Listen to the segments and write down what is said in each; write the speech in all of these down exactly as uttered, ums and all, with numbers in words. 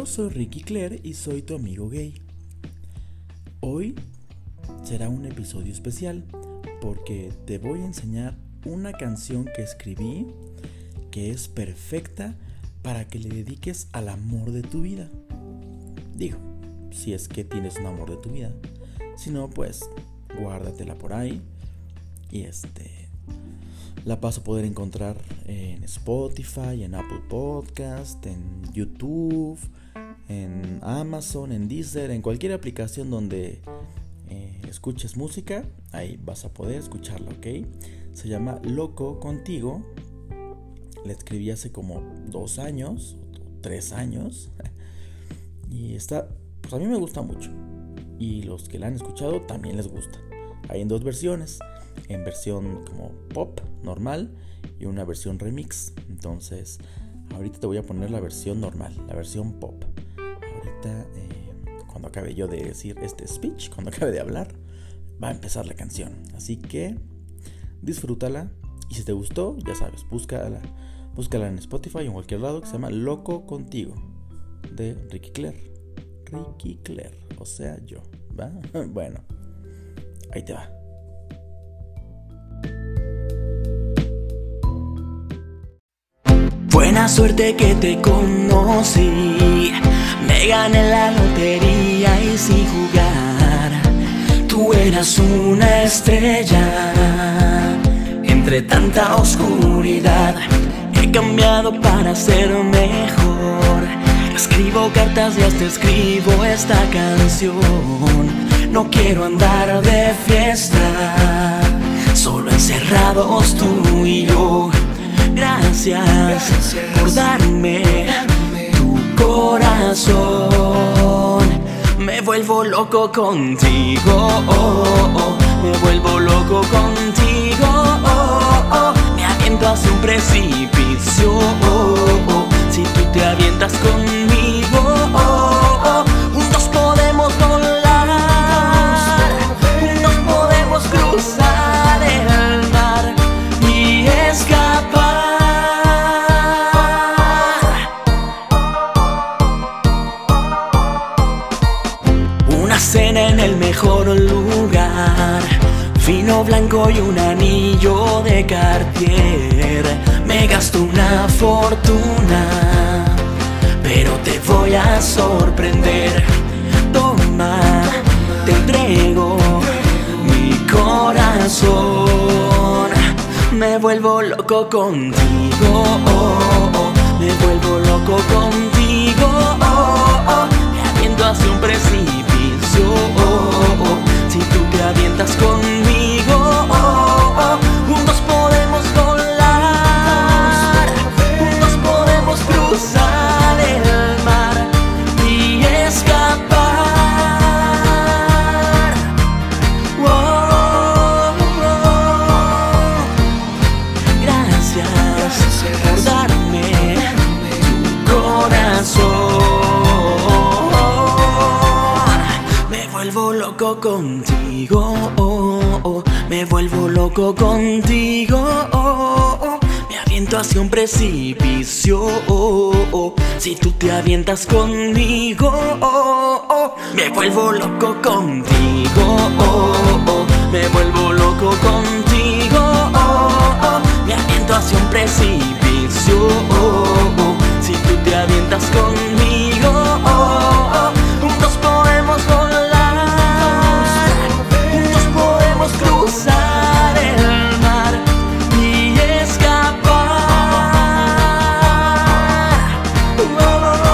Yo soy Ricky Claire y soy tu amigo gay. Hoy será un episodio especial porque te voy a enseñar una canción que escribí que es perfecta para que le dediques al amor de tu vida. Digo, si es que tienes un amor de tu vida. Si no, pues guárdatela por ahí. Y este la vas a poder encontrar en Spotify, en Apple Podcast, en YouTube, en Amazon, en Deezer, en cualquier aplicación donde eh, escuches música. Ahí vas a poder escucharla, ¿ok? Se llama Loco Contigo. La escribí hace como dos años, tres años. Y está, pues a mí me gusta mucho. Y los que la han escuchado también les gusta. Hay en dos versiones. En versión como pop normal y una versión remix. Entonces ahorita te voy a poner la versión normal, la versión pop. Ahorita eh, cuando acabe yo de decir este speech, cuando acabe de hablar, va a empezar la canción. Así que disfrútala. Y si te gustó, ya sabes, búscala, búscala en Spotify o en cualquier lado, que se llama Loco Contigo, de Ricky Claire. Ricky Claire, o sea yo, ¿va? Bueno, ahí te va. Buena suerte que te conocí, me gané la lotería y sin jugar, tú eras una estrella. Entre tanta oscuridad, he cambiado para ser mejor. Escribo cartas y hasta escribo esta canción. No quiero andar de fiesta, solo encerrados tú y yo. Gracias por darme tu corazón. Me vuelvo loco contigo, oh, oh. Me vuelvo loco contigo, oh, oh. Me aviento hacia un precipicio, oh, oh. Si tú te avientas conmigo, oh, oh. Juntos podemos volar, juntos podemos cruzar el mar y escapar. Cena en el mejor lugar, vino blanco y un anillo de Cartier. Me gasto una fortuna, pero te voy a sorprender. Toma, te entrego mi corazón. Me vuelvo loco contigo, oh, oh. Me vuelvo loco contigo, oh, oh. Me aviento hacia un precipicio, oh, oh. Si tú te avientas conmigo, oh, oh. Juntos podemos volar, juntos podemos cruzar el mar y escapar. Oh, oh, oh. Gracias por darme tu corazón. Me vuelvo loco contigo, oh, oh. Me vuelvo loco contigo, oh, oh. Me aviento hacia un precipicio, oh, oh. Si tú te avientas conmigo, oh, oh. Me vuelvo loco contigo, oh, oh. Me vuelvo loco contigo, oh, oh. Me aviento hacia un precipicio, oh, oh. Si tú te avientas conmigo, oh, oh. Juntos podemos volar, juntos podemos cruzar el mar y escapar. Oh, oh,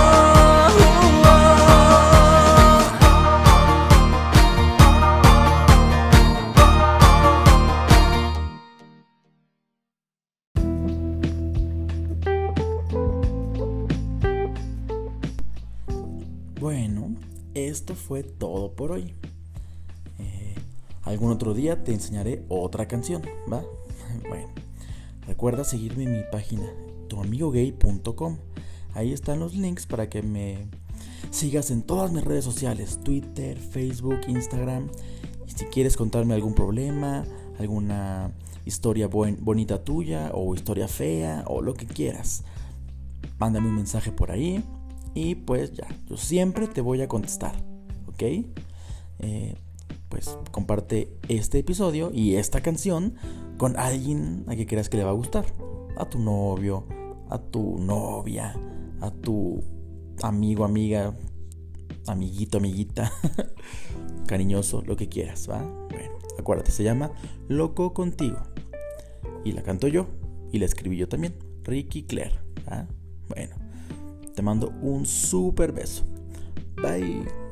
Bueno, esto fue todo por hoy. Eh, algún otro día te enseñaré otra canción, ¿va? Bueno, recuerda seguirme en mi página tu amigo gay punto com. Ahí están los links para que me sigas en todas mis redes sociales: Twitter, Facebook, Instagram. Y si quieres contarme algún problema, alguna historia buen, bonita tuya, o historia fea, o lo que quieras, mándame un mensaje por ahí y pues ya, yo siempre te voy a contestar, ¿ok? Eh, pues comparte este episodio y esta canción con alguien a que creas que le va a gustar. A tu novio, a tu novia, a tu amigo, amiga, amiguito, amiguita, cariñoso, lo que quieras, ¿va? Bueno, acuérdate, se llama Loco Contigo. Y la canto yo, y la escribí yo también, Ricky Claire, ¿va? Bueno, te mando un súper beso. Bye.